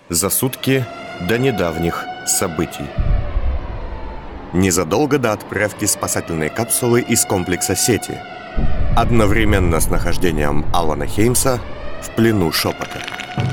За сутки до недавних событий. Незадолго до отправки спасательной капсулы из комплекса сети, одновременно с нахождением Алана Хеймса в плену Шепота.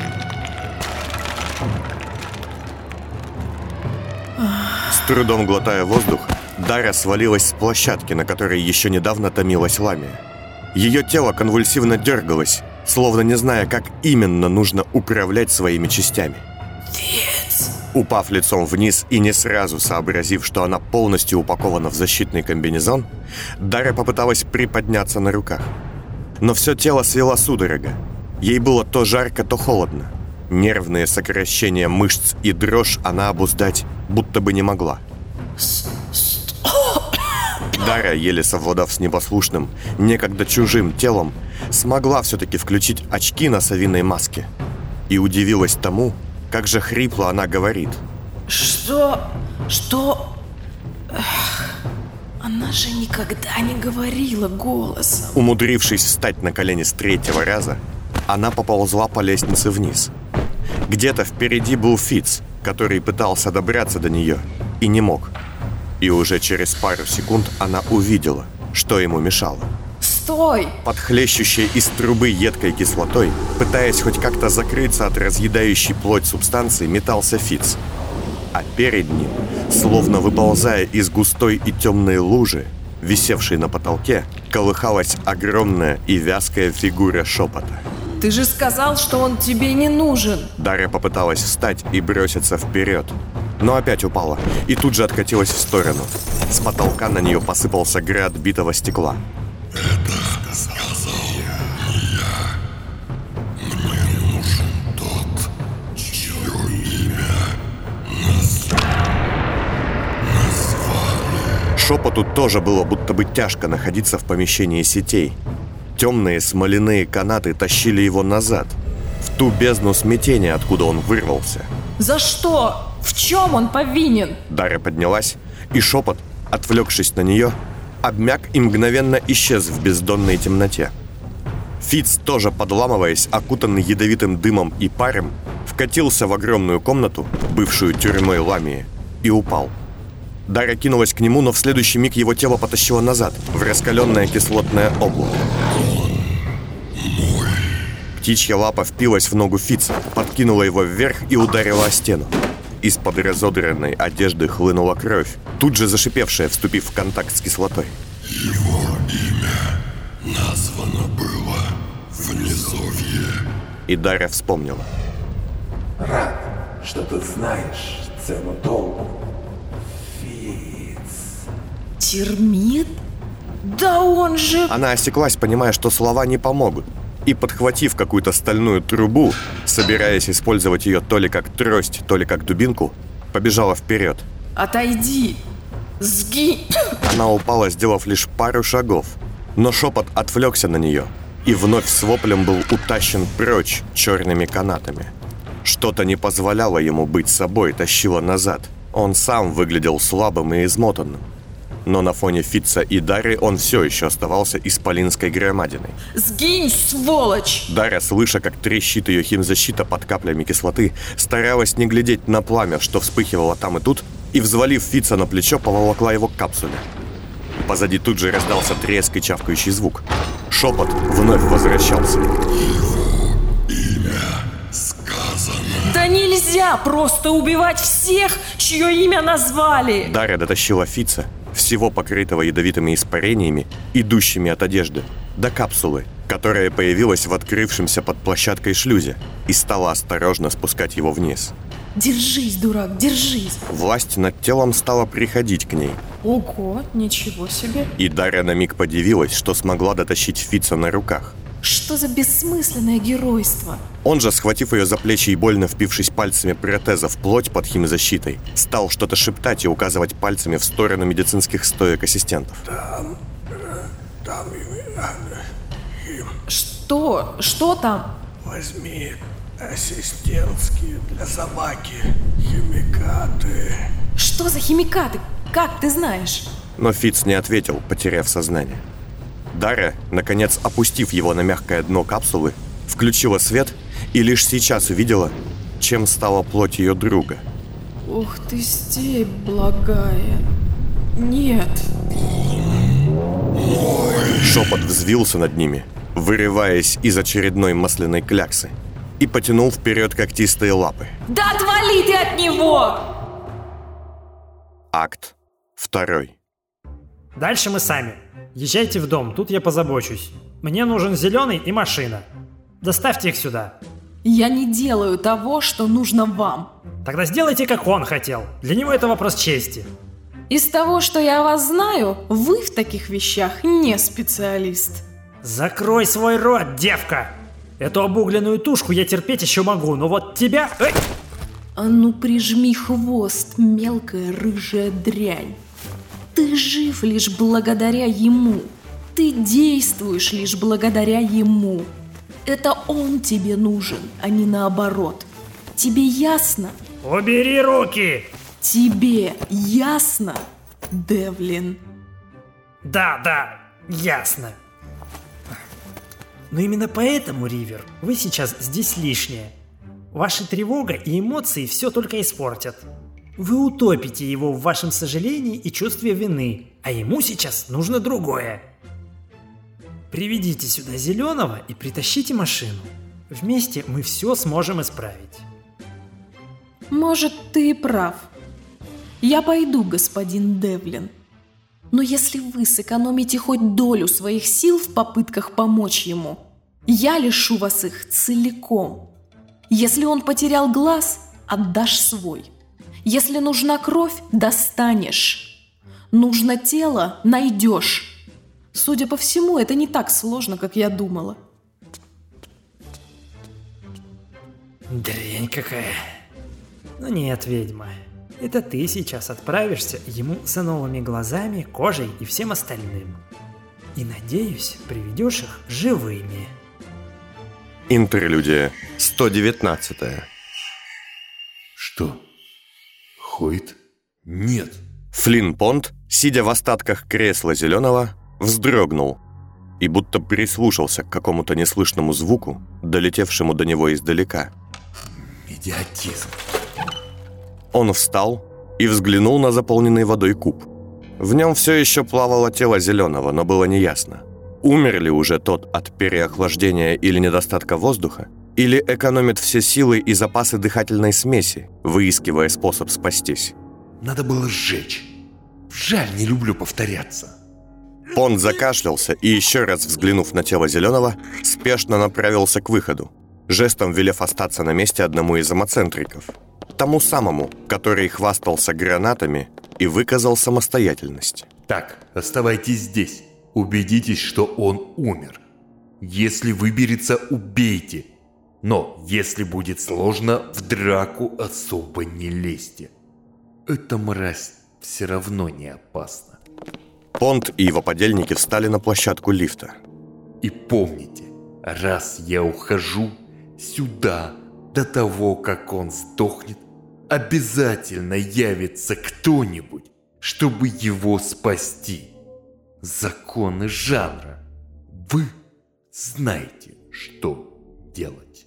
С трудом глотая воздух, Дара свалилась с площадки, на которой еще недавно томилась Ламия. Ее тело конвульсивно дергалось, словно не зная, как именно нужно управлять своими частями. Фиц! Упав лицом вниз и не сразу сообразив, что она полностью упакована в защитный комбинезон, Дара попыталась приподняться на руках. Но все тело свело судорога. Ей было то жарко, то холодно. Нервные сокращения мышц и дрожь она обуздать будто бы не могла. Дара, еле совладав с непослушным, некогда чужим телом, смогла все-таки включить очки на совиной маске и удивилась тому, как же хрипло она говорит. Что? Она же никогда не говорила голосом. Умудрившись встать на колени с третьего раза, она поползла по лестнице вниз. Где-то впереди был Фиц, который пытался добраться до нее и не мог. И уже через пару секунд она увидела, что ему мешало. Стой! Под хлещущей из трубы едкой кислотой, пытаясь хоть как-то закрыться от разъедающей плоть субстанции, метался Фиц. А перед ним, словно выползая из густой и темной лужи, висевшей на потолке, колыхалась огромная и вязкая фигура Шепота. Ты же сказал, что он тебе не нужен. Дарья попыталась встать и броситься вперед, но опять упала и тут же откатилась в сторону. С потолка на нее посыпался град битого стекла. Это сказал не я. Мне нужен тот, чье имя назвали. Шепоту тоже было будто бы тяжко находиться в помещении сетей. Темные смоляные канаты тащили его назад, в ту бездну смятения, откуда он вырвался. За что? В чем он повинен? Дарья поднялась, и Шепот, отвлекшись на нее, обмяк и мгновенно исчез в бездонной темноте. Фиц, тоже подламываясь, окутанный ядовитым дымом и паром, вкатился в огромную комнату, бывшую тюрьмой Ламии, и упал. Дарья кинулась к нему, но в следующий миг его тело потащило назад, в раскаленное кислотное облако. Птичья лапа впилась в ногу Фица, подкинула его вверх и ударила о стену. Из-под разодранной одежды хлынула кровь, тут же зашипевшая, вступив в контакт с кислотой. Его имя названо было в низовье. И Дарья вспомнила. Рад, что ты знаешь цену долгу, Фиц. Термит? Да он же... Она осеклась, понимая, что слова не помогут, и, подхватив какую-то стальную трубу, собираясь использовать ее то ли как трость, то ли как дубинку, побежала вперед. Отойди! Сгинь! Она упала, сделав лишь пару шагов, но Шепот отвлекся на нее и вновь с воплем был утащен прочь черными канатами. Что-то не позволяло ему быть собой, тащило назад. Он сам выглядел слабым и измотанным. Но на фоне Фица и Дары он все еще оставался исполинской громадиной. Сгинь, сволочь! Дарья, слыша, как трещит ее химзащита под каплями кислоты, старалась не глядеть на пламя, что вспыхивало там и тут, и, взвалив Фица на плечо, поволокла его к капсуле. Позади тут же раздался треск и чавкающий звук. Шепот вновь возвращался. Его имя сказано. Да нельзя просто убивать всех, чье имя назвали! Дарья дотащила Фица, всего покрытого ядовитыми испарениями, идущими от одежды, до капсулы, которая появилась в открывшемся под площадкой шлюзе, и стала осторожно спускать его вниз. Держись, дурак, держись! Власть над телом стала приходить к ней. Ого, ничего себе! И Дарья на миг подивилась, что смогла дотащить Фица на руках. Что за бессмысленное геройство? Он же, схватив ее за плечи и больно впившись пальцами протеза в плоть под химзащитой, стал что-то шептать и указывать пальцами в сторону медицинских стоек ассистентов. Там Что? Что там? возьми ассистентские для собаки химикаты. Что за химикаты? Как ты знаешь? Но Фиц не ответил, потеряв сознание. Дарья, наконец опустив его на мягкое дно капсулы, включила свет и лишь сейчас увидела, чем стала плоть ее друга. Ух ты, степь благая. Нет. Шепот взвился над ними, вырываясь из очередной масляной кляксы, и потянул вперед когтистые лапы. Да отвали ты от него! Акт 2. Дальше мы сами. Езжайте в дом, тут я позабочусь. Мне нужен зеленый и машина. Доставьте их сюда. Я не делаю того, что нужно вам. Тогда сделайте, как он хотел. Для него это вопрос чести. Из того, что я о вас знаю, вы в таких вещах не специалист. Закрой свой рот, девка! Эту обугленную тушку я терпеть еще могу, но вот тебя... Эй! А ну прижми хвост, мелкая рыжая дрянь. Ты жив лишь благодаря ему. Ты действуешь лишь благодаря ему. Это он тебе нужен, а не наоборот. Тебе ясно? Убери руки! Тебе ясно, Девлин? Да, ясно. Но именно поэтому, Ривер, вы сейчас здесь лишние. Ваша тревога и эмоции все только испортят. Вы утопите его в вашем сожалении и чувстве вины, а ему сейчас нужно другое. Приведите сюда зеленого и притащите машину. Вместе мы все сможем исправить. Может, ты и прав. Я пойду, господин Девлин. Но если вы сэкономите хоть долю своих сил в попытках помочь ему, я лишу вас их целиком. Если он потерял глаз, отдашь свой. Если нужна кровь, достанешь. Нужно тело, найдешь. Судя по всему, это не так сложно, как я думала. Дрянь какая. Ну нет, ведьма. Это ты сейчас отправишься ему за новыми глазами, кожей и всем остальным. И, надеюсь, приведешь их живыми. Интерлюдия 119. Что? Хойт? Нет. Флинн Понт, сидя в остатках кресла зеленого, вздрогнул и будто прислушался к какому-то неслышному звуку, долетевшему до него издалека. Идиотизм. Он встал и взглянул на заполненный водой куб. В нем все еще плавало тело зеленого, но было неясно, умер ли уже тот от переохлаждения или недостатка воздуха, или экономит все силы и запасы дыхательной смеси, выискивая способ спастись. Надо было сжечь. Жаль, не люблю повторяться. Понт закашлялся и, еще раз взглянув на тело зеленого, спешно направился к выходу, жестом велев остаться на месте одному из амоцентриков, тому самому, который хвастался гранатами и выказал самостоятельность. Так, оставайтесь здесь. Убедитесь, что он умер. Если выберется, убейте. Но если будет сложно, в драку особо не лезьте. Эта мразь все равно не опасна. Понт и его подельники встали на площадку лифта. И помните, раз я ухожу, сюда, до того, как он сдохнет, обязательно явится кто-нибудь, чтобы его спасти. Законы жанра. Вы знаете, что делать.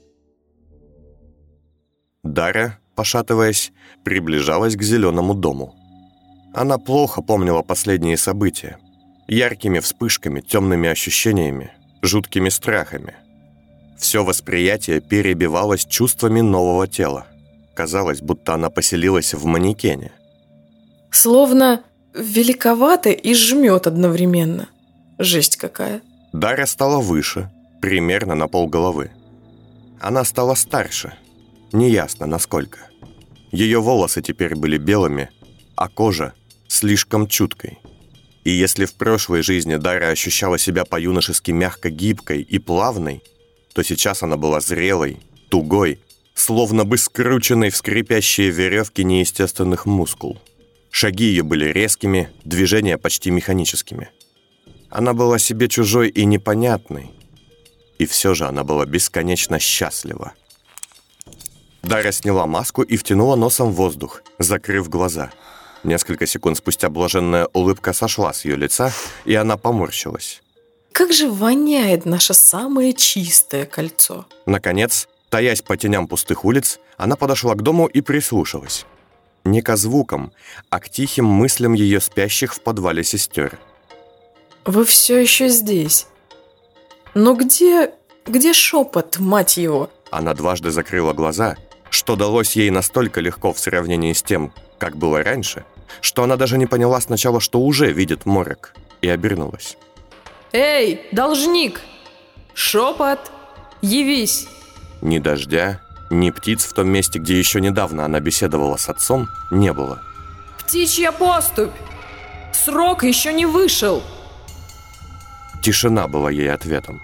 Дарья, пошатываясь, приближалась к зеленому дому. Она плохо помнила последние события. Яркими вспышками, темными ощущениями, жуткими страхами. Все восприятие перебивалось чувствами нового тела. Казалось, будто она поселилась в манекене. Словно великовато и жмет одновременно. Жесть какая. Дарья стала выше, примерно на полголовы. Она стала старше, неясно насколько. Ее волосы теперь были белыми, а кожа слишком чуткой. И если в прошлой жизни Дарья ощущала себя по-юношески мягко гибкой и плавной, то сейчас она была зрелой, тугой, словно бы скрученной в скрипящие веревки неестественных мускул. Шаги ее были резкими, движения почти механическими. Она была себе чужой и непонятной, и все же она была бесконечно счастлива. Дарья сняла маску и втянула носом воздух, закрыв глаза. Несколько секунд спустя блаженная улыбка сошла с ее лица, и она поморщилась. Как же воняет наше самое чистое кольцо. Наконец, таясь по теням пустых улиц, Она подошла к дому и прислушалась. Не ко звукам, а к тихим мыслям ее спящих в подвале сестер. Вы все еще здесь. Но где шепот, мать его? Она дважды закрыла глаза, что далось ей настолько легко в сравнении с тем, как было раньше, что она даже не поняла сначала, что уже видит морок, и обернулась. Эй, должник! Шепот! Явись! Ни дождя, ни птиц в том месте, где еще недавно она беседовала с отцом, не было. Птичья поступь! Срок еще не вышел! Тишина была ей ответом.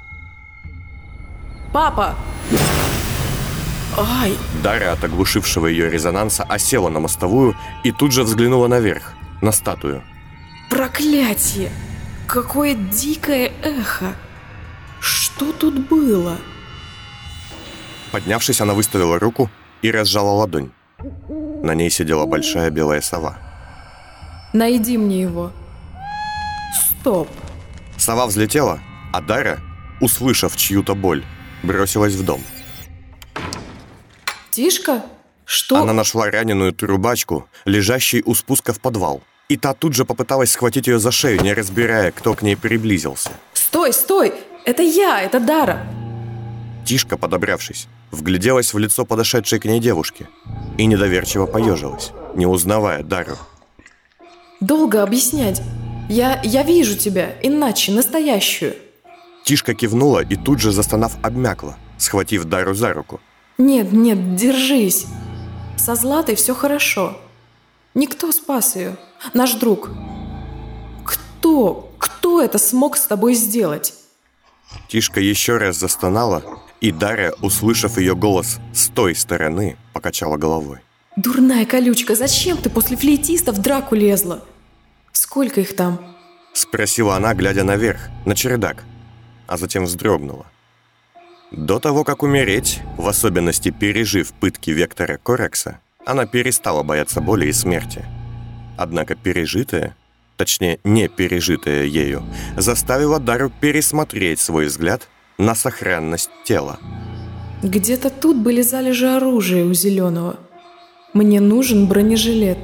Папа! Ай, Дарья от оглушившего ее резонанса осела на мостовую и тут же взглянула наверх, на статую. проклятие! Какое дикое эхо! Что тут было? Поднявшись, она выставила руку и разжала ладонь. На ней сидела большая белая сова. Найди мне его. Стоп! Сова взлетела, а Дарья, услышав чью-то боль, бросилась в дом. Тишка? Что? Она нашла раненую трубачку, лежащей у спуска в подвал. И та тут же попыталась схватить ее за шею, не разбирая, кто к ней приблизился. Стой, стой! Это я, это Дара! Тишка, подобравшись, вгляделась в лицо подошедшей к ней девушки и недоверчиво поежилась, не узнавая Дару. Долго объяснять. Я вижу тебя, иначе, настоящую. Тишка кивнула и тут же, застонав, обмякла, схватив Дару за руку. Нет, держись. Со Златой все хорошо. Никто спас ее. Наш друг. Кто это смог с тобой сделать? Тишка еще раз застонала, и Дарья, услышав ее голос с той стороны, покачала головой. Дурная колючка, зачем ты после флейтиста в драку лезла? Сколько их там? Спросила она, глядя наверх, на чердак, а затем вздрогнула. До того, как умереть, в особенности пережив пытки Вектора Корекса, она перестала бояться боли и смерти. Однако пережитое, точнее не пережитое ею, заставило Дару пересмотреть свой взгляд на сохранность тела. Где-то тут были залежи оружия у Зеленого. Мне нужен бронежилет.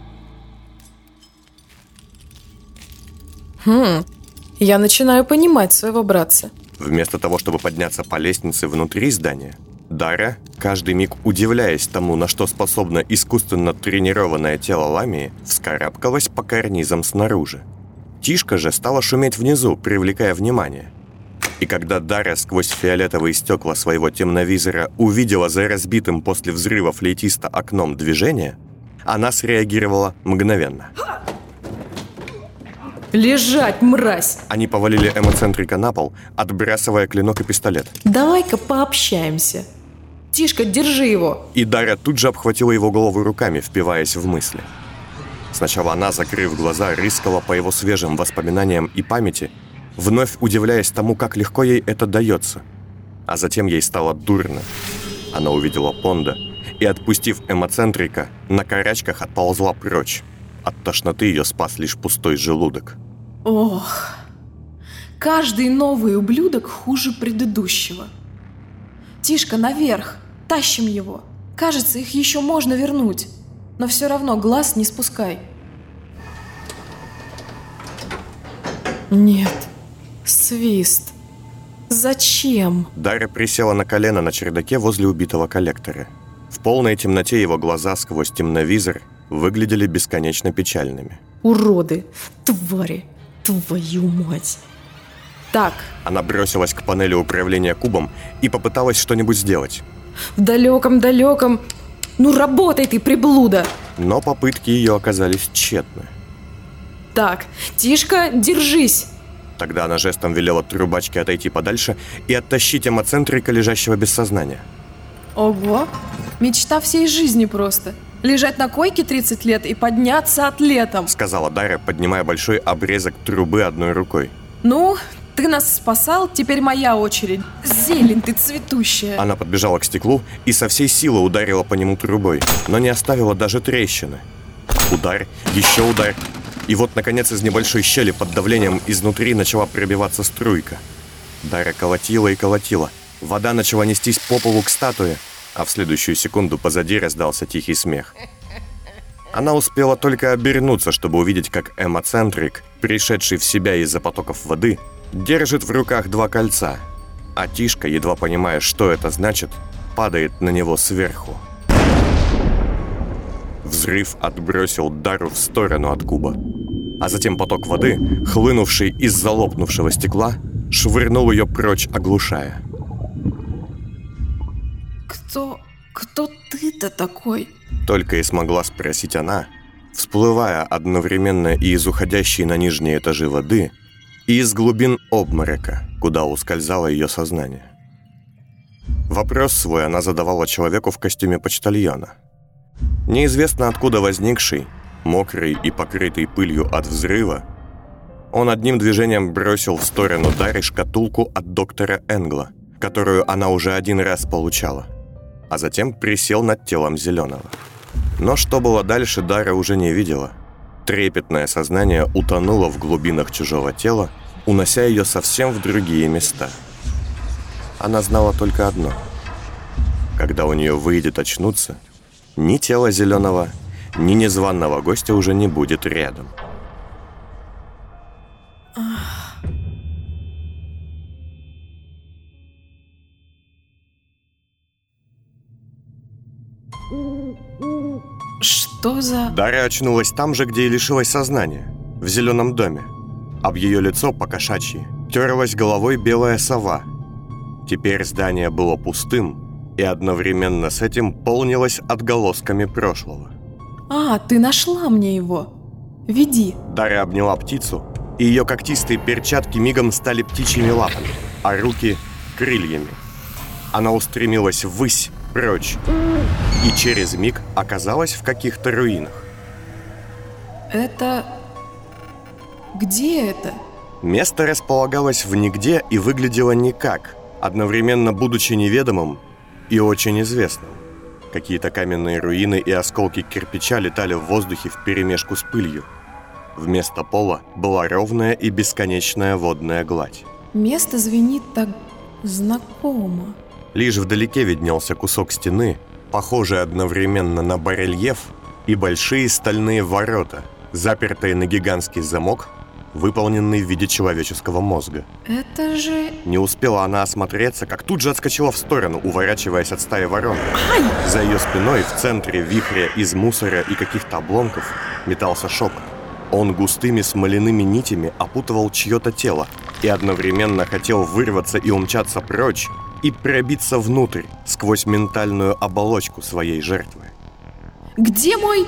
Я начинаю понимать своего братца. Вместо того, чтобы подняться по лестнице внутри здания, Дара, каждый миг удивляясь тому, на что способно искусственно тренированное тело Ламии, вскарабкалась по карнизам снаружи. Тишка же стала шуметь внизу, привлекая внимание. И когда Дара сквозь фиолетовые стекла своего темновизора увидела за разбитым после взрыва флейтиста окном движение, она среагировала мгновенно. Лежать, мразь! Они повалили эмоцентрика на пол, отбрасывая клинок и пистолет. Давай-ка пообщаемся. Тишка, держи его. И Дарья тут же обхватила его голову руками, впиваясь в мысли. Сначала она, закрыв глаза, рыскала по его свежим воспоминаниям и памяти, вновь удивляясь тому, как легко ей это дается. А затем ей стало дурно. Она увидела Понда и, отпустив эмоцентрика, на карачках отползла прочь. От тошноты ее спас лишь пустой желудок. Ох, каждый новый ублюдок хуже предыдущего. Тишка, наверх, тащим его. Кажется, их еще можно вернуть. Но все равно глаз не спускай. Нет. Свист. Зачем? Дарья присела на колено на чердаке возле убитого коллектора. В полной темноте его глаза сквозь темновизор выглядели бесконечно печальными. Уроды. Твари. Твою мать. Так, Она бросилась к панели управления кубом и попыталась что-нибудь сделать. в далеком. Ну работай ты, приблуда. Но попытки ее оказались тщетны. Так, Тишка, держись. Тогда она жестом велела трубачке отойти подальше и оттащить эмоцентрика, лежащего без сознания. Ого, мечта всей жизни просто. Лежать на койке 30 лет и подняться атлетом. Сказала Дарья, поднимая большой обрезок трубы одной рукой. Ну, ты нас спасал, теперь моя очередь. Зелень ты цветущая. Она подбежала к стеклу и со всей силы ударила по нему трубой, но не оставила даже трещины. Удар, еще удар. И вот, наконец, из небольшой щели под давлением изнутри начала пробиваться струйка. Дарья колотила и колотила. Вода начала нестись по полу к статуе, А в следующую секунду позади раздался тихий смех. Она успела только обернуться, чтобы увидеть, как эмоцентрик, пришедший в себя из-за потоков воды, держит в руках 2 кольца, а Тишка, едва понимая, что это значит, падает на него сверху. Взрыв отбросил Дару в сторону от куба, а затем поток воды, хлынувший из-за лопнувшего стекла, швырнул ее прочь, оглушая. Кто ты-то такой? Только и смогла спросить она, всплывая одновременно и из уходящей на нижние этажи воды, и из глубин обморока, куда ускользало ее сознание. Вопрос свой она задавала человеку в костюме почтальона. Неизвестно откуда возникший, мокрый и покрытый пылью от взрыва, он одним движением бросил в сторону Дары шкатулку от доктора Энгла, которую она уже 1 раз получала, а затем присел над телом Зеленого. Но что было дальше, Дара уже не видела. Трепетное сознание утонуло в глубинах чужого тела, унося ее совсем в другие места. Она знала только одно. Когда у нее выйдет очнуться, ни тела Зеленого, ни незваного гостя уже не будет рядом. Что за... Дарья очнулась там же, где и лишилась сознания, в зеленом доме. Об ее лицо по-кошачьи терлась головой белая сова. Теперь здание было пустым и одновременно с этим полнилось отголосками прошлого. Ты нашла мне его. Веди. Дарья обняла птицу, и ее когтистые перчатки мигом стали птичьими лапами, а руки – крыльями. Она устремилась ввысь, прочь, и через миг оказалась в каких-то руинах. Это... Где это? Место располагалось в нигде и выглядело никак, одновременно будучи неведомым и очень известным. Какие-то каменные руины и осколки кирпича летали в воздухе вперемешку с пылью. Вместо пола была ровная и бесконечная водная гладь. Место звенит так знакомо. Лишь вдалеке виднелся кусок стены, похожий одновременно на барельеф, и большие стальные ворота, запертые на гигантский замок, выполненный в виде человеческого мозга. Это же... Не успела она осмотреться, как тут же отскочила в сторону, уворачиваясь от стаи ворон. За ее спиной, в центре вихря из мусора и каких-то обломков, метался Шепот. Он густыми смоляными нитями опутывал чье-то тело и одновременно хотел вырваться и умчаться прочь, и пробиться внутрь, сквозь ментальную оболочку своей жертвы. Где мой...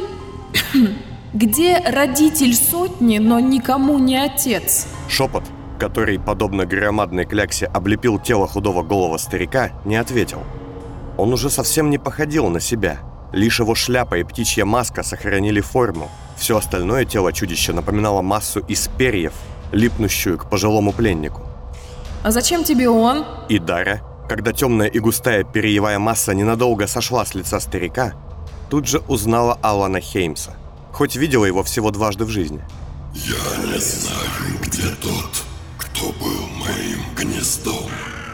Где родитель сотни, но никому не отец? Шепот, который, подобно громадной кляксе, облепил тело худого голого старика, не ответил. Он уже совсем не походил на себя. Лишь его шляпа и птичья маска сохранили форму. Все остальное тело чудища напоминало массу из перьев, липнущую к пожилому пленнику. А зачем тебе он? И Дара, когда темная и густая перьевая масса ненадолго сошла с лица старика, тут же узнала Алана Хеймса, хоть видела его всего 2 раза в жизни. Я не знаю, где тот, кто был моим гнездом.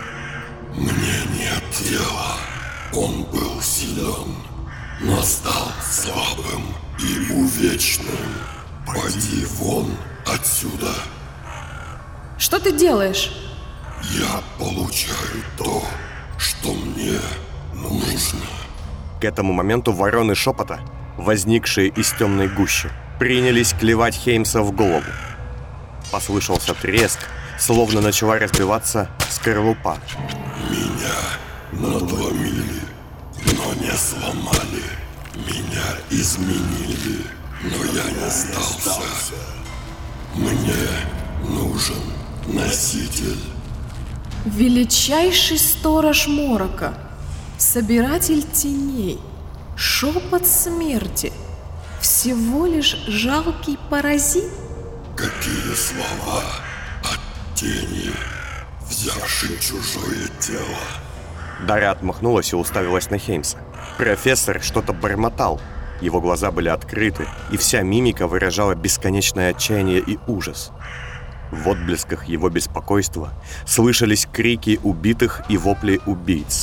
Мне нет дела. Он был силен, но стал слабым и увечным. Пойди вон отсюда. Что ты делаешь? Я получаю то, что мне нужно. К этому моменту вороны Шепота, возникшие из темной гущи, принялись клевать Хеймса в голову. Послышался треск, словно начала разбиваться скорлупа. Меня надломили, но не сломали. Меня изменили, но я не сдался. Мне нужен носитель. Величайший сторож морока, собиратель теней, шепот смерти, всего лишь жалкий паразит? Какие слова от тени, взявшей чужое тело. Дарья отмахнулась и уставилась на Хеймса. Профессор что-то бормотал. Его глаза были открыты, и вся мимика выражала бесконечное отчаяние и ужас. В отблесках его беспокойства слышались крики убитых и вопли убийц.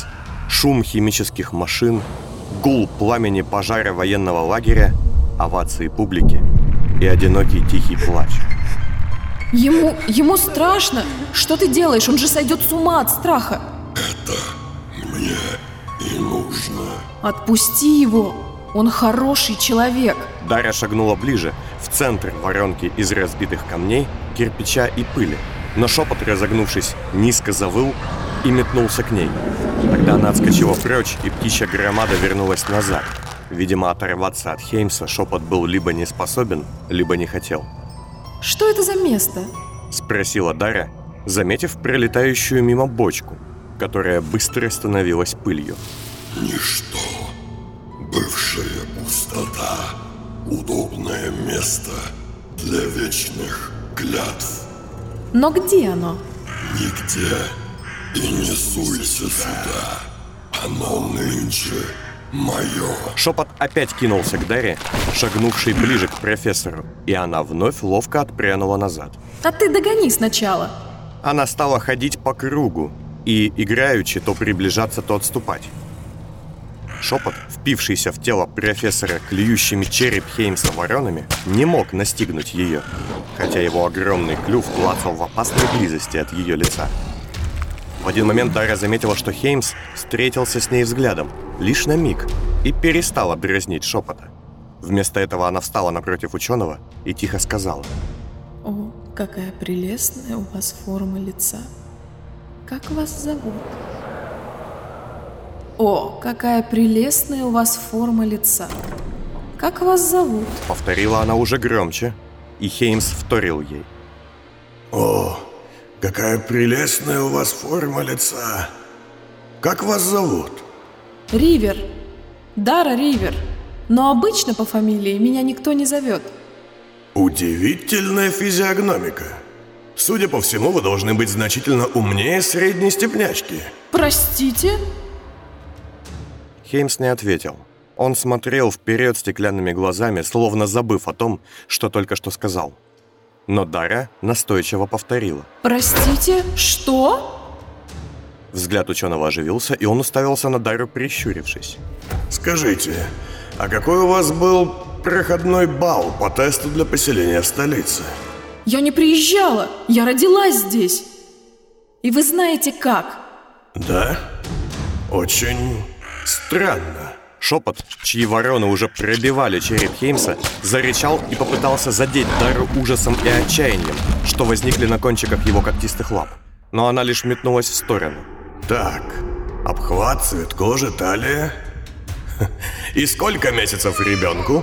Шум химических машин, гул пламени пожара военного лагеря, овации публики и одинокий тихий плач. Ему страшно. Что ты делаешь? Он же сойдет с ума от страха. Это мне и нужно. Отпусти его. Он хороший человек. Дарья шагнула ближе, в центр воронки из разбитых камней, кирпича и пыли. Но шепот, разогнувшись, низко завыл и метнулся к ней. Тогда она отскочила прочь, и птичья громада вернулась назад. Видимо, оторваться от Хеймса шепот был либо не способен, либо не хотел. Что это за место? Спросила Дарья, заметив пролетающую мимо бочку, которая быстро становилась пылью. Ничто. Бывшая пустота. Удобное место для вечных клятв. Но где оно? Нигде. И не суйся сюда. Оно нынче мое. Шепот опять кинулся к Дарье, шагнувшей ближе к профессору, и она вновь ловко отпрянула назад. А ты догони сначала. Она стала ходить по кругу и, играючи, то приближаться, то отступать. Шепот, впившийся в тело профессора клюющими череп Хеймса воронами, не мог настигнуть ее, хотя его огромный клюв клацал в опасной близости от ее лица. В один момент Дарья заметила, что Хеймс встретился с ней взглядом, лишь на миг, и перестала дразнить шепота. Вместо этого она встала напротив ученого и тихо сказала: О, какая прелестная у вас форма лица. Как вас зовут? О, какая прелестная у вас форма лица. Как вас зовут? Повторила она уже громче, и Хеймс вторил ей. О, какая прелестная у вас форма лица. Как вас зовут? Ривер. Дара Ривер. Но обычно по фамилии меня никто не зовет. Удивительная физиогномика. Судя по всему, вы должны быть значительно умнее средней степнячки. Простите? Хеймс не ответил. Он смотрел вперед стеклянными глазами, словно забыв о том, что только что сказал. Но Дарья настойчиво повторила. Простите, что? Взгляд ученого оживился, и он уставился на Дарью, прищурившись. Скажите, а какой у вас был проходной балл по тесту для поселения в столице? Я не приезжала, я родилась здесь. И вы знаете как? Да? Очень странно. Шепот, чьи вороны уже пробивали череп Хеймса, зарычал и попытался задеть Дарью ужасом и отчаянием, что возникли на кончиках его когтистых лап. Но она лишь метнулась в сторону. Так, обхват, цвет кожи, талия. И сколько месяцев ребенку?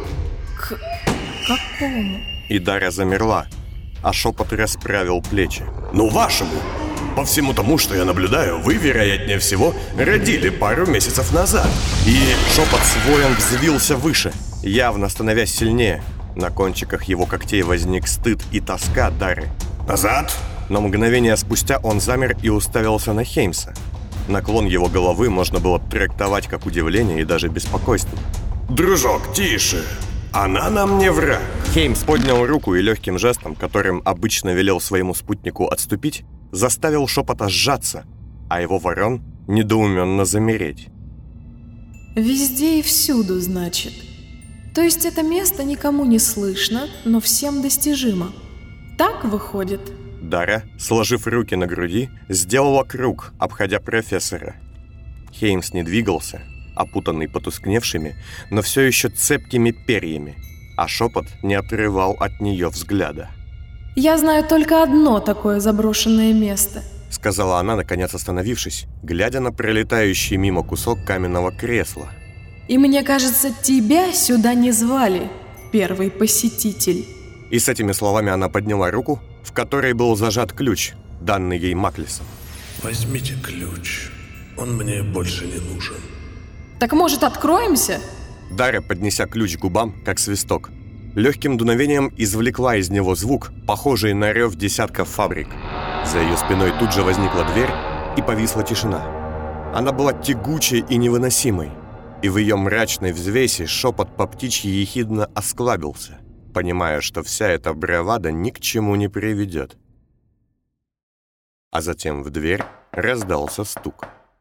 Какому? И Дарья замерла, а шепот расправил плечи. Ну, вашему. По всему тому, что я наблюдаю, вы, вероятнее всего, родили пару месяцев назад. И шепот с воем взвился выше, явно становясь сильнее. На кончиках его когтей возник стыд и тоска Дарьи. Назад? Но мгновение спустя он замер и уставился на Хеймса. Наклон его головы можно было трактовать как удивление и даже беспокойство. Дружок, тише. Она нам не враг. Хеймс поднял руку и легким жестом, которым обычно велел своему спутнику отступить, заставил шепота сжаться, а его ворон недоуменно замереть. Везде и всюду, значит. То есть это место никому не слышно, но всем достижимо. Так выходит? Дарья, сложив руки на груди, сделала круг, обходя профессора. Хеймс не двигался, опутанный потускневшими, но все еще цепкими перьями, а шепот не отрывал от нее взгляда. «Я знаю только одно такое заброшенное место», — сказала она, наконец остановившись, глядя на пролетающий мимо кусок каменного кресла. «И мне кажется, тебя сюда не звали, первый посетитель». И с этими словами она подняла руку, в которой был зажат ключ, данный ей Маклисом. Возьмите ключ. Он мне больше не нужен. «Так, может, откроемся?» Дарья, поднеся ключ к губам, как свисток, легким дуновением извлекла из него звук, похожий на рев десятков фабрик. За ее спиной тут же возникла дверь, и повисла тишина. Она была тягучей и невыносимой, и в ее мрачной взвеси шепот по птичьи ехидно осклабился, понимая, что вся эта бравада ни к чему не приведет. А затем в дверь раздался стук.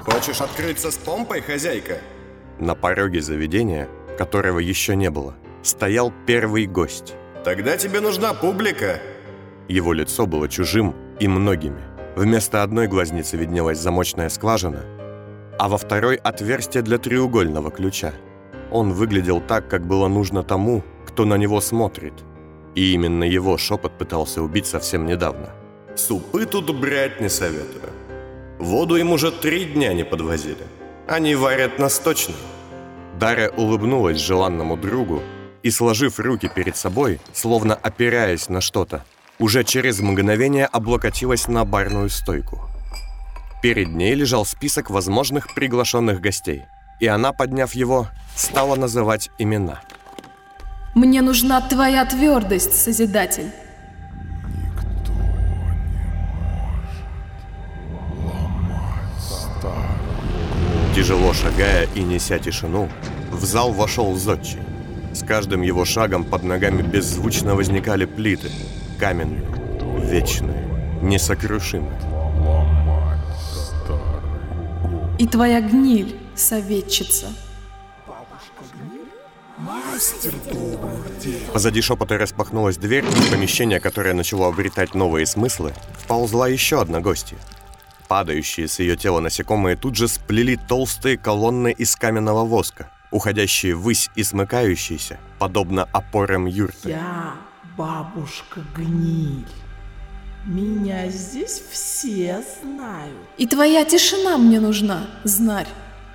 Хочешь открыться с помпой, хозяйка? На пороге заведения, которого еще не было, стоял первый гость. Тогда тебе нужна публика. Его лицо было чужим и многими. Вместо одной глазницы виднелась замочная скважина, а во второй отверстие для треугольного ключа. Он выглядел так, как было нужно тому, кто на него смотрит. И именно его шепот пытался убить совсем недавно. Супы тут брать не советую. Воду им уже 3 дня не подвозили. Они варят насточно. Дарья улыбнулась желанному другу и, сложив руки перед собой, словно опираясь на что-то, уже через мгновение облокотилась на барную стойку. Перед ней лежал список возможных приглашенных гостей, и она, подняв его, стала называть имена. Мне нужна твоя твердость, Созидатель. Тяжело шагая и неся тишину, в зал вошел зодчий. С каждым его шагом под ногами беззвучно возникали плиты, каменные, вечные, несокрушимые. И твоя гниль, советчица. Позади шепота распахнулась дверь, и в помещение, которое начало обретать новые смыслы, вползла еще одна гостья. Падающие с ее тела насекомые тут же сплели толстые колонны из каменного воска, уходящие ввысь и смыкающиеся, подобно опорам юрты. Я бабушка Гниль. Меня здесь все знают. И твоя тишина мне нужна, знарь.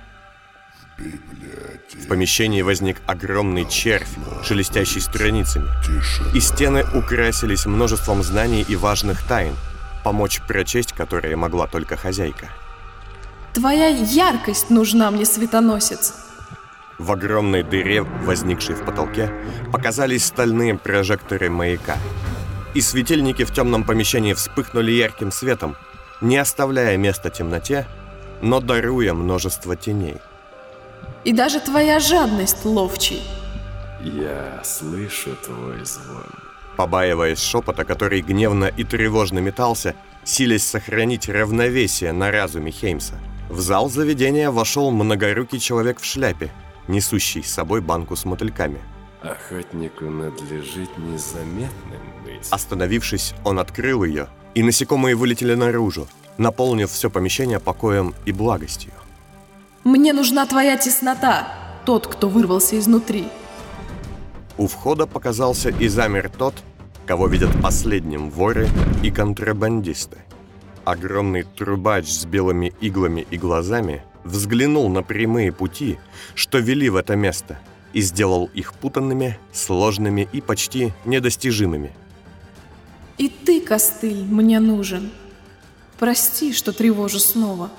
В помещении возник огромный червь, шелестящий страницами, и стены украсились множеством знаний и важных тайн, помочь прочесть которые могла только хозяйка. Твоя яркость нужна мне, светоносец. В огромной дыре, возникшей в потолке, показались стальные прожекторы маяка. И светильники в темном помещении вспыхнули ярким светом, не оставляя места темноте, но даруя множество теней. И даже твоя жадность, ловчий. Я слышу твой звон. Побаиваясь шепота, который гневно и тревожно метался, силясь сохранить равновесие на разуме Хеймса, в зал заведения вошел многорукий человек в шляпе, несущий с собой банку с мотыльками. Охотнику надлежит незаметным быть. Остановившись, он открыл ее, и насекомые вылетели наружу, наполнив все помещение покоем и благостью. Мне нужна твоя теснота, тот, кто вырвался изнутри. У входа показался и замер тот, кого видят последним воры и контрабандисты. Огромный трубач с белыми иглами и глазами взглянул на прямые пути, что вели в это место, и сделал их путанными, сложными и почти недостижимыми. И ты, костыль, мне нужен. Прости, что тревожу снова.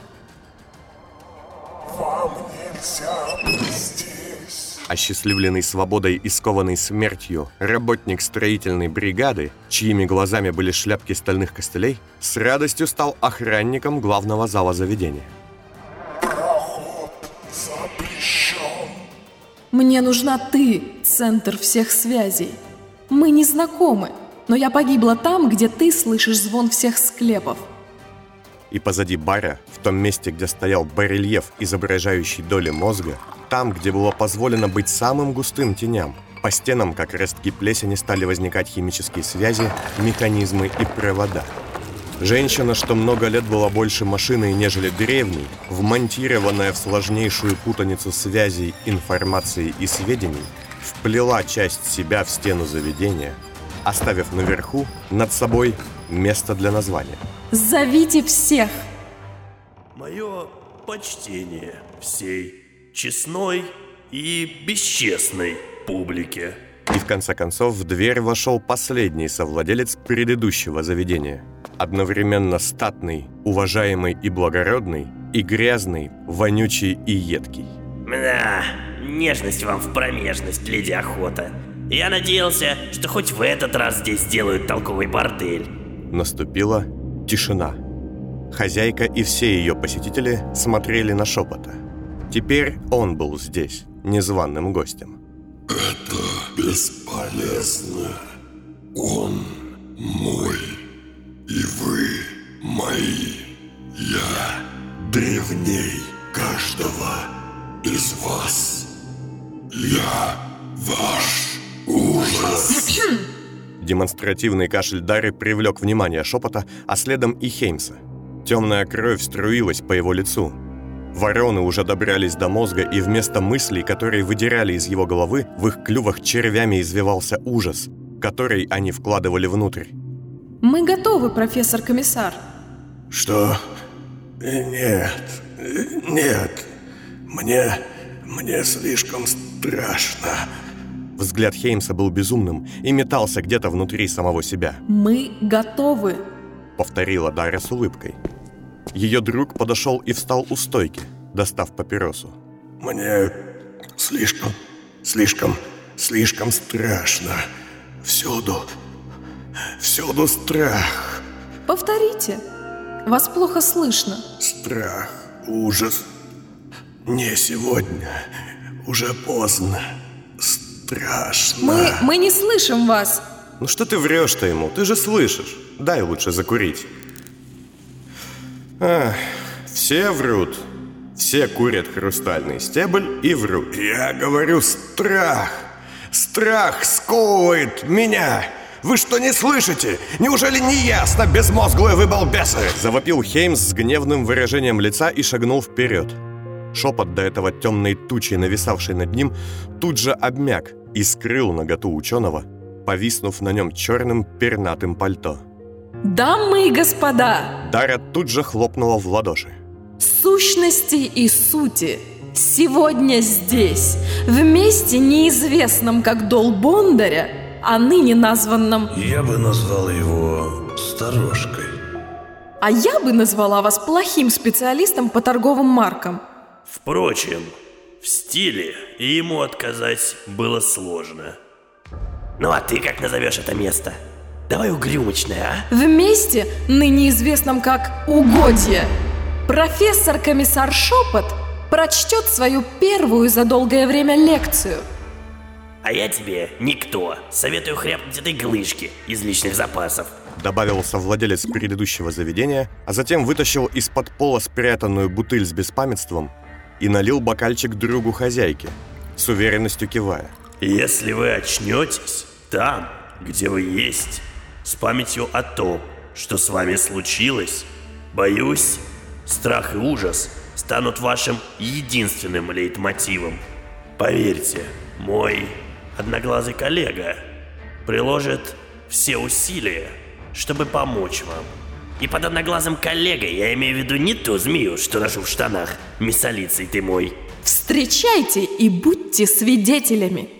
Вам нельзя быть здесь. Осчастливленный свободой и скованный смертью работник строительной бригады, чьими глазами были шляпки стальных костылей, с радостью стал охранником главного зала заведения. Проход запрещен. Мне нужна ты, центр всех связей. Мы не знакомы, но я погибла там, где ты слышишь звон всех склепов. И позади бара, в том месте, где стоял барельеф, изображающий доли мозга, там, где было позволено быть самым густым теням, по стенам, как ростки плесени, стали возникать химические связи, механизмы и провода. Женщина, что много лет была больше машиной, нежели древней, вмонтированная в сложнейшую путаницу связей, информации и сведений, вплела часть себя в стену заведения, оставив наверху, над собой, место для названия. Зовите всех! Мое почтение всей честной и бесчестной публике. И в конце концов в дверь вошел последний совладелец предыдущего заведения. Одновременно статный, уважаемый и благородный, и грязный, вонючий и едкий. Да, нежность вам в промежность, леди Охота. Я надеялся, что хоть в этот раз здесь сделают толковый бордель. Наступила тишина. Хозяйка и все ее посетители смотрели на шепота. Теперь он был здесь, незваным гостем. Это бесполезно. Он мой, и вы мои. Я древней каждого из вас. Я ваш ужас. Демонстративный кашель Дары привлек внимание Шепота, а следом и Хеймса. Темная кровь струилась по его лицу. Вороны уже добрались до мозга, и вместо мыслей, которые выдирали из его головы, в их клювах червями извивался ужас, который они вкладывали внутрь. Мы готовы, профессор-комиссар. Что? Нет. Мне слишком страшно. Взгляд Хеймса был безумным и метался где-то внутри самого себя. Мы готовы, повторила Дара с улыбкой. Ее друг подошел и встал у стойки, достав папиросу. Мне слишком страшно. Всюду страх. Повторите. Вас плохо слышно. Страх, ужас. Не сегодня. Уже поздно. Страшно. Мы не слышим вас. Ну что ты врешь-то ему? Ты же слышишь. Дай лучше закурить. Все врут. Все курят хрустальный стебль и врут. Я говорю, страх. Страх сковывает меня. Вы что, не слышите? Неужели не ясно, безмозглые вы балбесы? Завопил Хеймс с гневным выражением лица и шагнул вперед. Шепот, до этого темной тучей, нависавшей над ним, тут же обмяк и скрыл наготу ученого, повиснув на нем черным пернатым пальто. Дамы и господа! Дара тут же хлопнула в ладоши. Сущности и сути сегодня здесь, в месте неизвестном как Дол Бондаря, а ныне названном... Я бы назвал его сторожкой. А я бы назвала вас плохим специалистом по торговым маркам. Впрочем, в стиле ему отказать было сложно. Ну а ты как назовешь это место? Давай угрюмочное, а? В месте, ныне известном как Угодье, профессор-комиссар Шепот прочтет свою первую за долгое время лекцию. А я тебе никто. Советую хряпнуть этой глышки из личных запасов. Добавился владелец предыдущего заведения, а затем вытащил из-под пола спрятанную бутыль с беспамятством и налил бокальчик другу хозяйки, с уверенностью кивая. Если вы очнетесь там, где вы есть, с памятью о том, что с вами случилось, боюсь, страх и ужас станут вашим единственным лейтмотивом. Поверьте, мой одноглазый коллега приложит все усилия, чтобы помочь вам. И под одноглазым коллегой я имею в виду не ту змею, что ношу в штанах, миссалицей ты мой. Встречайте и будьте свидетелями.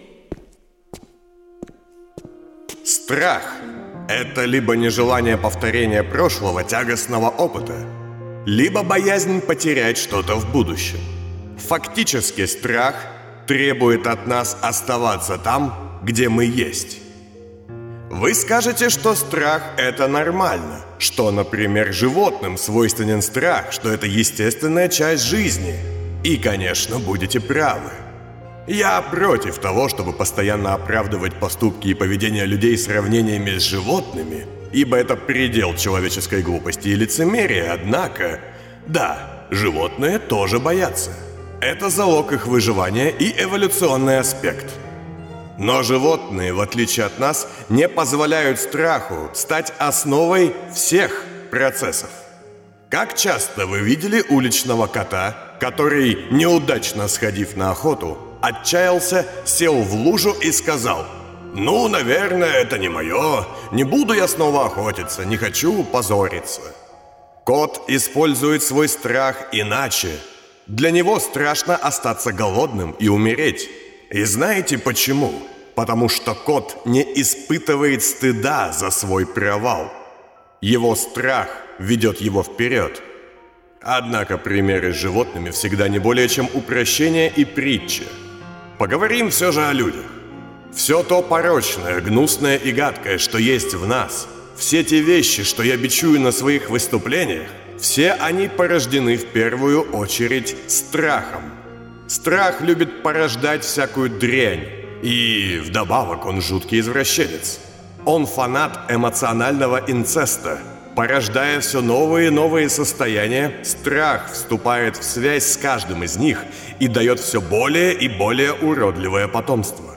Страх – это либо нежелание повторения прошлого тягостного опыта, либо боязнь потерять что-то в будущем. Фактически страх требует от нас оставаться там, где мы есть. Вы скажете, что страх – это нормально, что, например, животным свойственен страх, что это естественная часть жизни. И, конечно, будете правы. Я против того, чтобы постоянно оправдывать поступки и поведение людей сравнениями с животными, ибо это предел человеческой глупости и лицемерия, однако, да, животные тоже боятся. Это залог их выживания и эволюционный аспект. Но животные, в отличие от нас, не позволяют страху стать основой всех процессов. Как часто вы видели уличного кота, который, неудачно сходив на охоту, отчаялся, сел в лужу и сказал: «Ну, наверное, это не мое, не буду я снова охотиться, не хочу позориться». Кот использует свой страх иначе. Для него страшно остаться голодным и умереть. И знаете почему? Потому что кот не испытывает стыда за свой провал. Его страх ведет его вперед. Однако примеры с животными всегда не более чем упрощение и притча. Поговорим все же о людях. Все то порочное, гнусное и гадкое, что есть в нас, все те вещи, что я бичую на своих выступлениях, все они порождены в первую очередь страхом. Страх любит порождать всякую дрянь, и вдобавок он жуткий извращенец. Он фанат эмоционального инцеста, Порождая все новые и новые состояния, страх вступает в связь с каждым из них и дает все более и более уродливое потомство.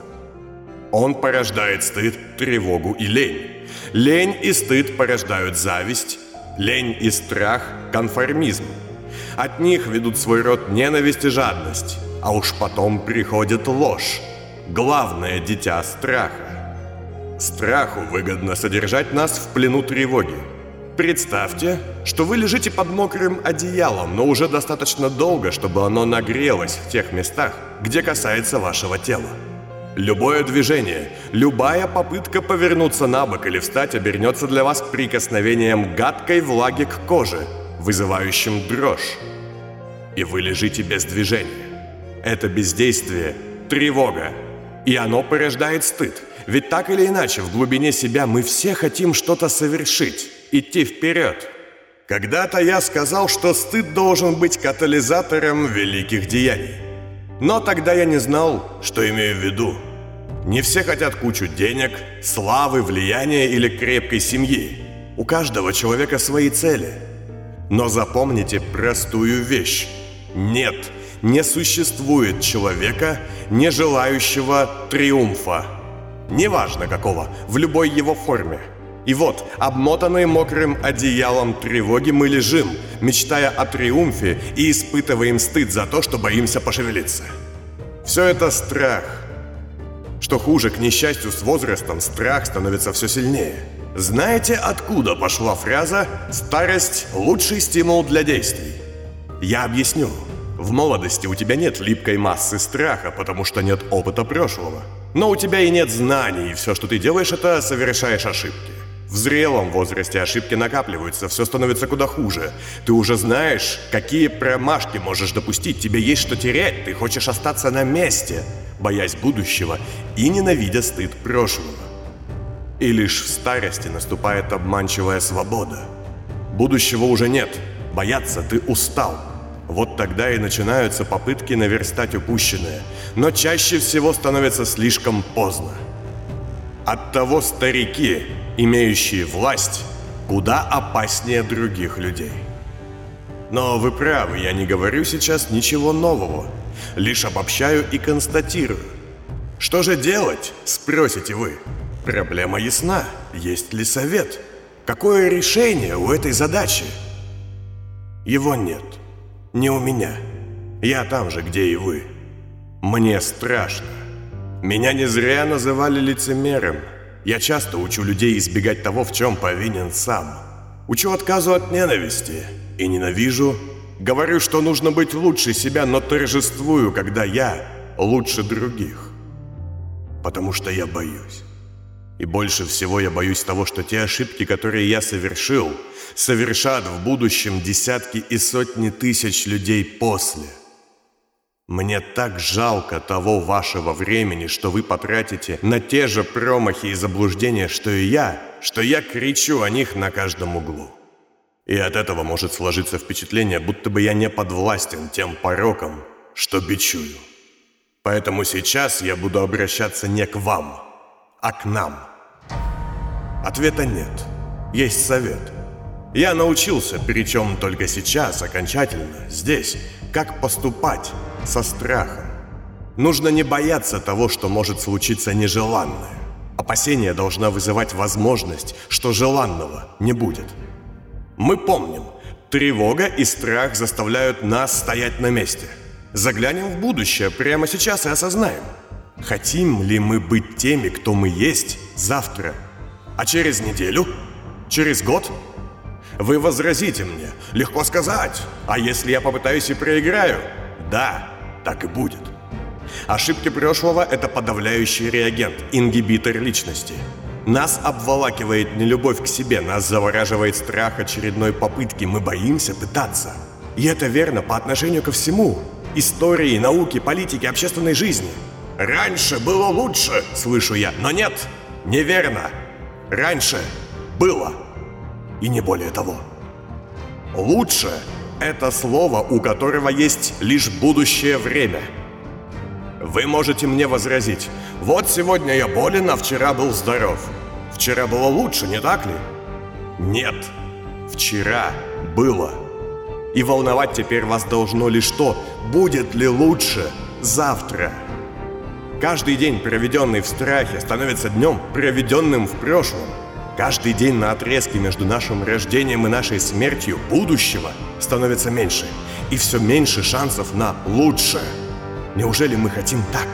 Он порождает стыд, тревогу и лень. Лень и стыд порождают зависть, лень и страх – конформизм. От них ведут свой род ненависть и жадность, а уж потом приходит ложь, главное дитя страха. Страху выгодно содержать нас в плену тревоги. Представьте, что вы лежите под мокрым одеялом, но уже достаточно долго, чтобы оно нагрелось в тех местах, где касается вашего тела. Любое движение, любая попытка повернуться на бок или встать обернется для вас прикосновением гадкой влаги к коже, вызывающим дрожь. И вы лежите без движения. Это бездействие – тревога, и оно порождает стыд. Ведь так или иначе, в глубине себя мы все хотим что-то совершить, идти вперед. Когда-то я сказал, что стыд должен быть катализатором великих деяний. Но тогда я не знал, что имею в виду. Не все хотят кучу денег, славы, влияния или крепкой семьи. У каждого человека свои цели. Но запомните простую вещь. Нет, не существует человека, не желающего триумфа. Неважно какого, в любой его форме. И вот, обмотанные мокрым одеялом тревоги, мы лежим, мечтая о триумфе, и испытываем стыд за то, что боимся пошевелиться. Все это страх. Что хуже, к несчастью, с возрастом страх становится все сильнее. Знаете, откуда пошла фраза «старость – лучший стимул для действий»? Я объясню. В молодости у тебя нет липкой массы страха, потому что нет опыта прошлого. Но у тебя и нет знаний, и все, что ты делаешь, это совершаешь ошибки. В зрелом возрасте ошибки накапливаются, все становится куда хуже. Ты уже знаешь, какие промашки можешь допустить, тебе есть что терять, ты хочешь остаться на месте, боясь будущего и ненавидя стыд прошлого. И лишь в старости наступает обманчивая свобода. Будущего уже нет, бояться ты устал. Вот тогда и начинаются попытки наверстать упущенное, но чаще всего становится слишком поздно. Оттого старики, имеющие власть, куда опаснее других людей. Но вы правы, я не говорю сейчас ничего нового, лишь обобщаю и констатирую. Что же делать, спросите вы? Проблема ясна, есть ли совет? Какое решение у этой задачи? Его нет, не у меня. Я там же, где и вы. Мне страшно. Меня не зря называли лицемером. Я часто учу людей избегать того, в чем повинен сам. Учу отказу от ненависти. И ненавижу. Говорю, что нужно быть лучше себя, но торжествую, когда я лучше других. Потому что я боюсь. И больше всего я боюсь того, что те ошибки, которые я совершил, совершат в будущем десятки и сотни тысяч людей после. Мне так жалко того вашего времени, что вы потратите на те же промахи и заблуждения, что и я, что я кричу о них на каждом углу. И от этого может сложиться впечатление, будто бы я не подвластен тем порокам, что бичую. Поэтому сейчас я буду обращаться не к вам, а к нам. Ответа нет. Есть совет. Я научился, причем только сейчас, окончательно, здесь, как поступать со страхом. Нужно не бояться того, что может случиться нежеланное. Опасение должна вызывать возможность, что желанного не будет. Мы помним, тревога и страх заставляют нас стоять на месте. Заглянем в будущее прямо сейчас и осознаем, хотим ли мы быть теми, кто мы есть завтра, а через неделю, через год? Вы возразите мне, легко сказать, а если я попытаюсь и проиграю? Да, так и будет. Ошибки прошлого – это подавляющий реагент, ингибитор личности. Нас обволакивает нелюбовь к себе, нас завораживает страх очередной попытки, мы боимся пытаться. И это верно по отношению ко всему – истории, науке, политике, общественной жизни. «Раньше было лучше», – слышу я, но нет, неверно. Раньше было, и не более того. Лучше – это слово, у которого есть лишь будущее время. Вы можете мне возразить, вот сегодня я болен, а вчера был здоров. Вчера было лучше, не так ли? Нет. вчера было. И волновать теперь вас должно лишь то, будет ли лучше завтра. Каждый день, проведенный в страхе, становится днем, проведенным в прошлом. Каждый день на отрезке между нашим рождением и нашей смертью будущего становится меньше. И все меньше шансов на лучшее. Неужели мы хотим так?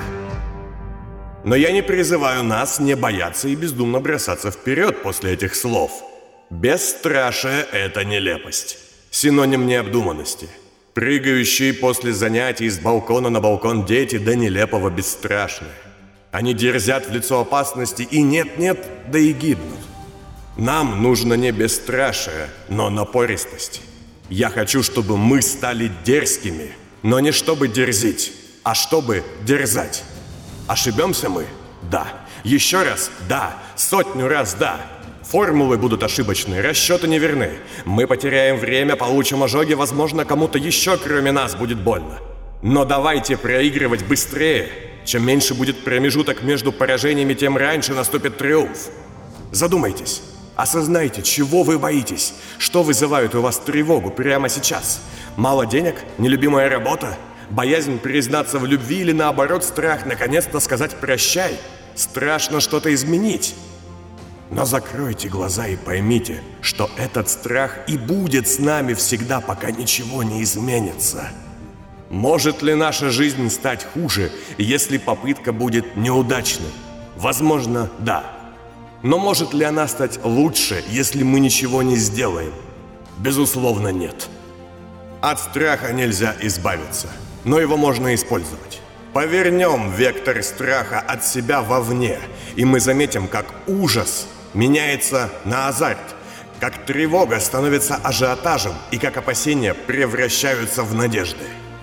Но я не призываю нас не бояться и бездумно бросаться вперед после этих слов. Бесстрашие – это нелепость. Синоним необдуманности. Прыгающие после занятий с балкона на балкон дети до нелепого бесстрашные. Они дерзят в лицо опасности и нет-нет, да и гибнут. Нам нужно не бесстрашие, но напористость. Я хочу, чтобы мы стали дерзкими, но не чтобы дерзить, а чтобы дерзать. Ошибемся мы? Да. Еще раз? Да. 100 раз да. Формулы будут ошибочны, расчеты неверны. Мы потеряем время, получим ожоги, возможно, кому-то еще, кроме нас, будет больно. Но давайте проигрывать быстрее. Чем меньше будет промежуток между поражениями, тем раньше наступит триумф. Задумайтесь. Осознайте, чего вы боитесь, что вызывает у вас тревогу прямо сейчас. Мало денег? Нелюбимая работа? Боязнь признаться в любви или наоборот страх наконец-то сказать «прощай»? Страшно что-то изменить. Но закройте глаза и поймите, что этот страх и будет с нами всегда, пока ничего не изменится. Может ли наша жизнь стать хуже, если попытка будет неудачной? Возможно, да. Но может ли она стать лучше, если мы ничего не сделаем? Безусловно, нет. От страха нельзя избавиться, но его можно использовать. Повернем вектор страха от себя вовне, и мы заметим, как ужас меняется на азарт, как тревога становится ажиотажем и как опасения превращаются в надежды.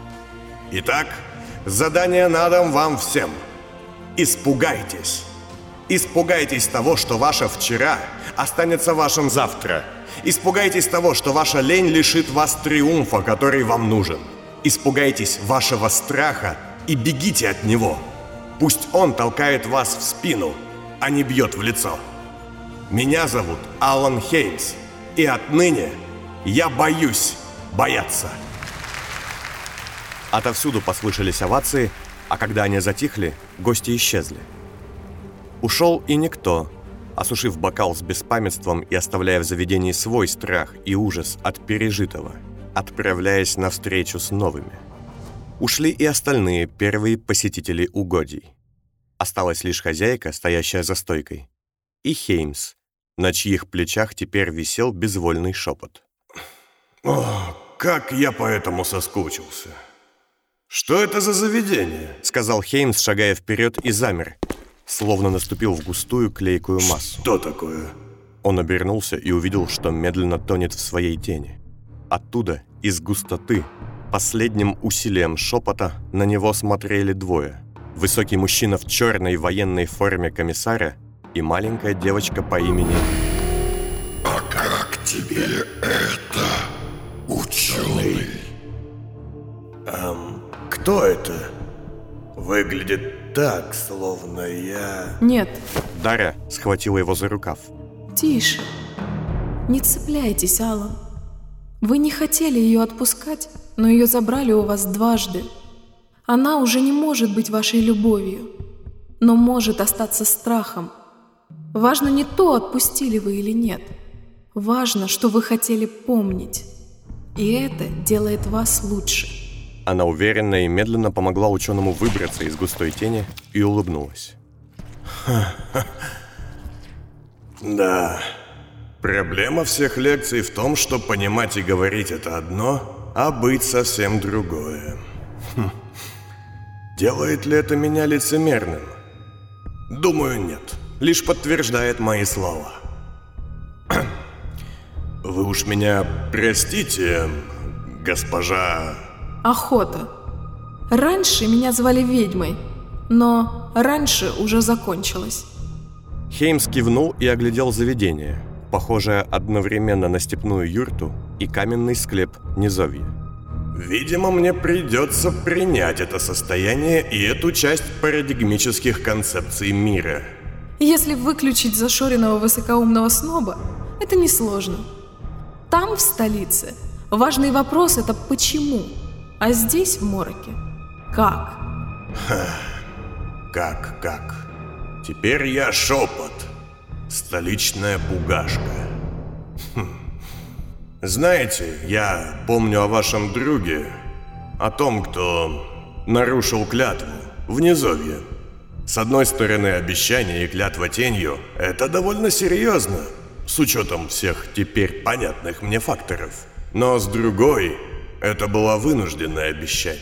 Итак, задание на дом вам всем. Испугайтесь. Испугайтесь того, что ваше вчера останется вашим завтра. Испугайтесь того, что ваша лень лишит вас триумфа, который вам нужен. Испугайтесь вашего страха и бегите от него. Пусть он толкает вас в спину, а не бьет в лицо. Меня зовут Алан Хеймс, и отныне я боюсь бояться. Отовсюду послышались овации, а когда они затихли, гости исчезли. Ушел и никто, осушив бокал с беспамятством и оставляя в заведении свой страх и ужас от пережитого, отправляясь навстречу с новыми. Ушли и остальные первые посетители угодий. Осталась лишь хозяйка, стоящая за стойкой, и Хеймс, на чьих плечах теперь висел безвольный шепот. О, как я по этому соскучился. Что это за заведение? Сказал Хеймс, шагая вперед, и замер, словно наступил в густую клейкую массу. Что такое? Он обернулся и увидел, что медленно тонет в своей тени. Оттуда, из густоты, последним усилием шепота на него смотрели двое. Высокий мужчина в черной военной форме комиссара и маленькая девочка по имени... А как тебе это, ученый? Кто это? Выглядит так, словно я... Нет. Дарья схватила его за рукав. Тише. Не цепляйтесь, Алан. Вы не хотели ее отпускать, но ее забрали у вас дважды. Она уже не может быть вашей любовью, но может остаться страхом. Важно не то, отпустили вы или нет. Важно, что вы хотели помнить. И это делает вас лучше. Она уверенно и медленно помогла ученому выбраться из густой тени и улыбнулась. Да, проблема всех лекций в том, что понимать и говорить это одно, а быть совсем другое. Делает ли это меня лицемерным? Думаю, нет. Лишь подтверждает мои слова. Вы уж меня простите, госпожа... Охота. Раньше меня звали ведьмой, но раньше уже закончилось. Хеймс кивнул и оглядел заведение, похожее одновременно на степную юрту и каменный склеп низовья. Видимо, мне придется принять это состояние и эту часть парадигмических концепций мира. Если выключить зашоренного высокоумного сноба, это несложно. Там, в столице, важный вопрос — это почему, а здесь, в мороке, как? Как? Теперь я Шепот, столичная пугашка. Знаете, я помню о вашем друге, о том, кто нарушил клятву в Низовье. С одной стороны, обещание и клятва тенью – это довольно серьезно, с учетом всех теперь понятных мне факторов. Но с другой, это было вынужденное обещание.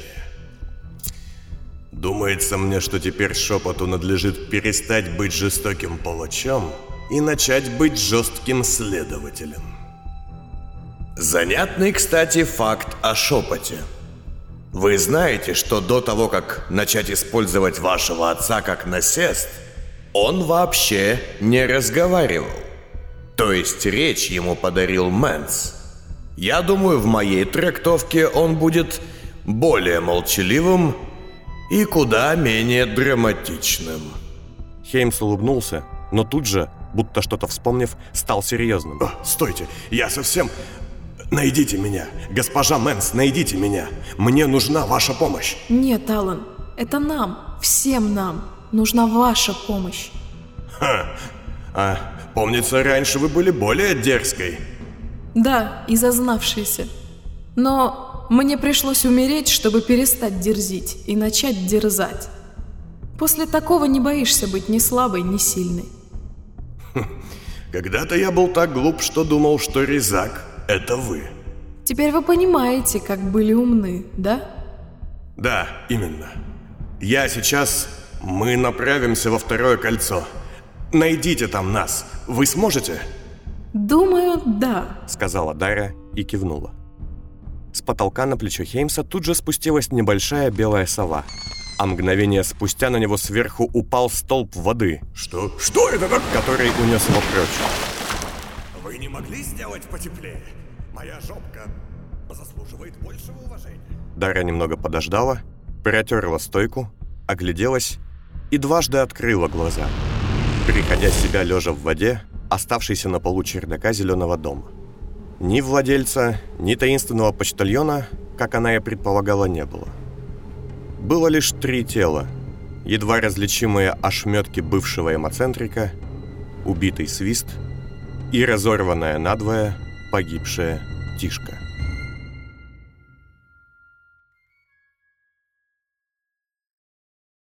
Думается мне, что теперь Шепоту надлежит перестать быть жестоким палачом и начать быть жестким следователем. Занятный, кстати, факт о Шепоте. Вы знаете, что до того, как начать использовать вашего отца как насест, он вообще не разговаривал. То есть речь ему подарил Мэнс. Я думаю, в моей трактовке он будет более молчаливым и куда менее драматичным. Хеймс улыбнулся, но тут же, будто что-то вспомнив, стал серьезным. Стойте, я совсем... Найдите меня, госпожа Мэнс, найдите меня. Мне нужна ваша помощь. Нет, Алан, это нам, всем нам нужна ваша помощь. Помнится, раньше вы были более дерзкой. Да, и зазнавшейся. Но мне пришлось умереть, чтобы перестать дерзить и начать дерзать. После такого не боишься быть ни слабой, ни сильной. Когда-то я был так глуп, что думал, что Резак — это вы. Теперь вы понимаете, как были умны, да? Да, именно. Мы направимся во второе кольцо. Найдите там нас. Вы сможете? Думаю, да, сказала Дара и кивнула. С потолка на плечо Хеймса тут же спустилась небольшая белая сова, а мгновение спустя на него сверху упал столб воды. Что это так? Который унес его прочь. Вы не могли сделать потеплее? Моя жопка заслуживает большего уважения. Дара немного подождала, протерла стойку, огляделась и дважды открыла глаза, приходя в себя лежа в воде, оставшейся на полу чердака зеленого дома. Ни владельца, ни таинственного почтальона, как она и предполагала, не было. Было лишь 3 тела, едва различимые ошметки бывшего эмоцентрика, убитый Свист и разорванная надвое погибшая Тишка.